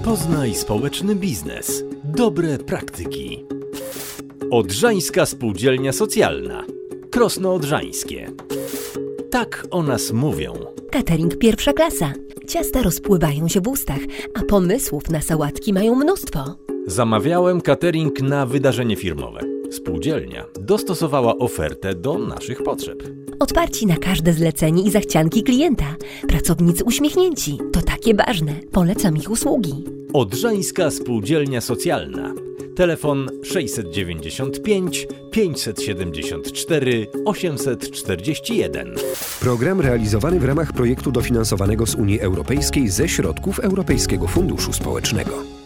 Poznaj społeczny biznes. Dobre praktyki. Odrzańska Spółdzielnia Socjalna. Krosno Odrzańskie. Tak o nas mówią. Catering pierwsza klasa. Ciasta rozpływają się w ustach, a pomysłów na sałatki mają mnóstwo. Zamawiałem catering na wydarzenie firmowe. Spółdzielnia dostosowała ofertę do naszych potrzeb. Otwarci na każde zlecenie i zachcianki klienta. Pracownicy uśmiechnięci. To takie ważne. Polecam ich usługi. Odrzańska Spółdzielnia Socjalna. Telefon 695 574 841. Program realizowany w ramach projektu dofinansowanego z Unii Europejskiej ze środków Europejskiego Funduszu Społecznego.